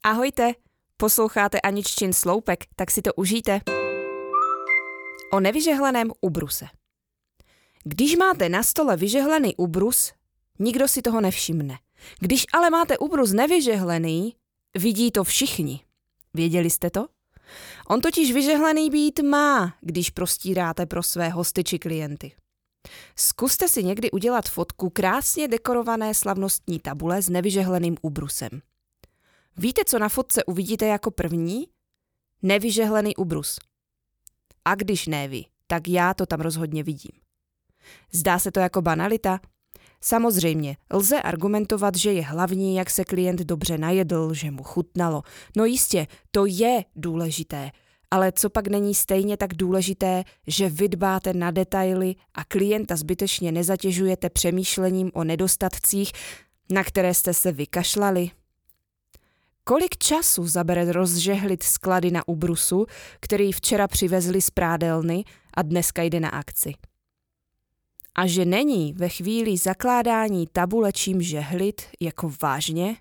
Ahojte, posloucháte Aniččin sloupek, tak si to užijte. O nevyžehleném ubruse. Když máte na stole vyžehlený ubrus, nikdo si toho nevšimne. Když ale máte ubrus nevyžehlený, vidí to všichni. Věděli jste to? On totiž vyžehlený být má, když prostíráte pro své hosty či klienty. Zkuste si někdy udělat fotku krásně dekorované slavnostní tabule s nevyžehleným ubrusem. Víte, co na fotce uvidíte jako první? Nevyžehlený ubrus. A když ne vy, tak já to tam rozhodně vidím. Zdá se to jako banalita? Samozřejmě, lze argumentovat, že je hlavní, jak se klient dobře najedl, že mu chutnalo. No jistě, to je důležité, ale co pak není stejně tak důležité, že vy dbáte na detaily a klienta zbytečně nezatěžujete přemýšlením o nedostatcích, na které jste se vykašlali? Kolik času zabere rozžehlit sklady na ubrusu, který včera přivezli z prádelny a dneska jde na akci? A že není ve chvíli zakládání tabule čím žehlit, jako vážně?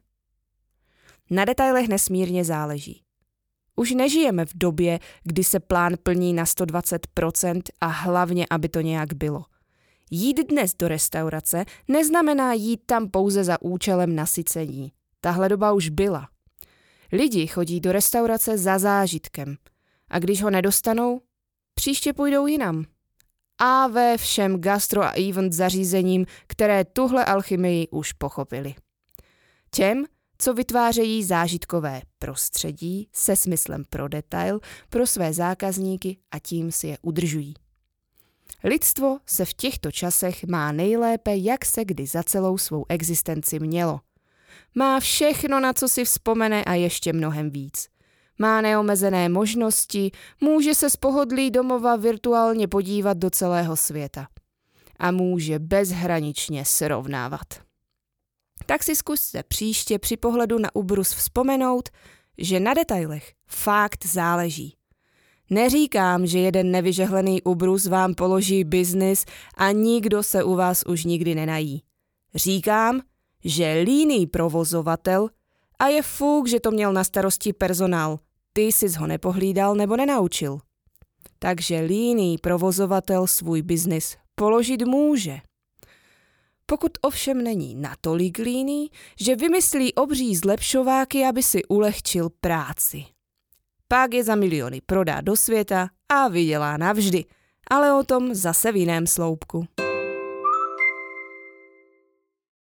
Na detailech nesmírně záleží. Už nežijeme v době, kdy se plán plní na 120% a hlavně, aby to nějak bylo. Jít dnes do restaurace neznamená jít tam pouze za účelem nasycení. Tahle doba už byla. Lidi chodí do restaurace za zážitkem a když ho nedostanou, příště půjdou jinam. A ve všem gastro a event zařízením, které tuhle alchymii už pochopili. Těm, co vytvářejí zážitkové prostředí se smyslem pro detail, pro své zákazníky a tím si je udržují. Lidstvo se v těchto časech má nejlépe, jak se kdy za celou svou existenci mělo. Má všechno, na co si vzpomene a ještě mnohem víc. Má neomezené možnosti, může se z pohodlí domova virtuálně podívat do celého světa. A může bezhraničně srovnávat. Tak si zkuste příště při pohledu na ubrus vzpomenout, že na detailech fakt záleží. Neříkám, že jeden nevyžehlený ubrus vám položí biznis a nikdo se u vás už nikdy nenají. Říkám, že líný provozovatel a je fuk, že to měl na starosti personál. Ty jsi ho nepohlídal nebo nenaučil. Takže líný provozovatel svůj biznis položit může. Pokud ovšem není natolik líný, že vymyslí obří zlepšováky, aby si ulehčil práci. Pak je za miliony prodá do světa a vydělá navždy, ale o tom zase v jiném sloupku.